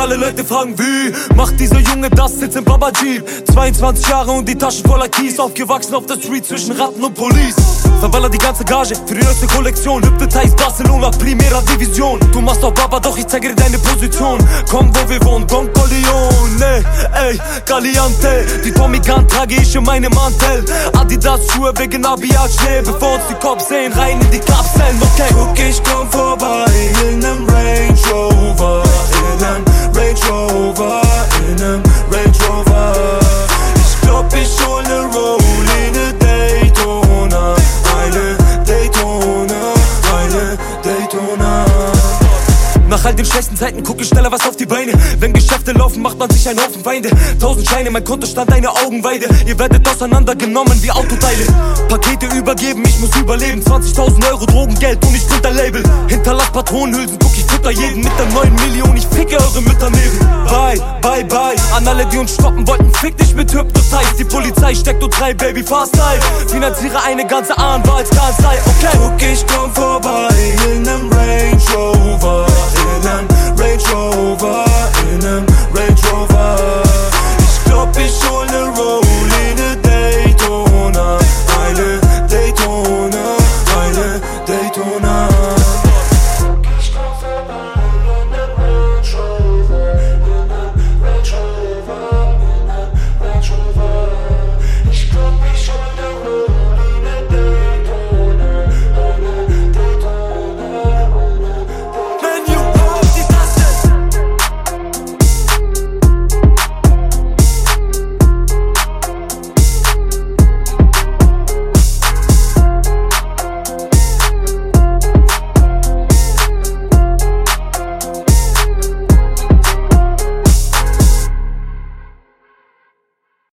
alle Leute fragen wie macht dieser Junge das, sitzt im Baba Jeep. 22 Jahre und die Taschen voller Kies, aufgewachsen auf der Street zwischen Ratten und Police. Verballer die ganze Gage für die neueste Kollektion. Hypnotize Barcelona, Primera Division. Du machst doch Baba, doch ich zeige dir deine Position. Komm, wo wir wohnen, Don Corleone. Ey, Galiante. Die Tommy Gun trage ich in meinem Mantel. Adidas Schuhe wegen Abiat Schnee. Bevor uns die Cops sehen, rein in die Kapseln, okay. Guck, ich komm vorbei in nem Range Rover. In nem Range Rover. In nem Range Rover. Ich glaub, ich hol ne Rollie, ne Daytona. Eine Daytona. Eine Daytona. Nach all den schlechten Zeiten guck ich schneller was auf die Beine. Wenn Geschäfte laufen, macht man sich einen Haufen Feinde. 1000 Scheine, mein Kontostand, eine Augenweide. Ihr werdet auseinandergenommen wie Autoteile. Pakete übergeben, ich muss überleben. 20.000 Euro Drogengeld und ich bin der Label. Hinterlass Patronenhülsen, guck ich fütter jeden. Mit der 9 Million, ich ficke eure Mütter neben. Bye, bye, bye. An alle, die uns stoppen wollten, fick dich mit Hypnotize. Die Polizei steckt und treibt, Baby, fast life. Finanziere eine ganze Anwaltskanzlei, okay. Guck, ich komm vorbei in nem Range Rover. In nem Range Rover. In nem Range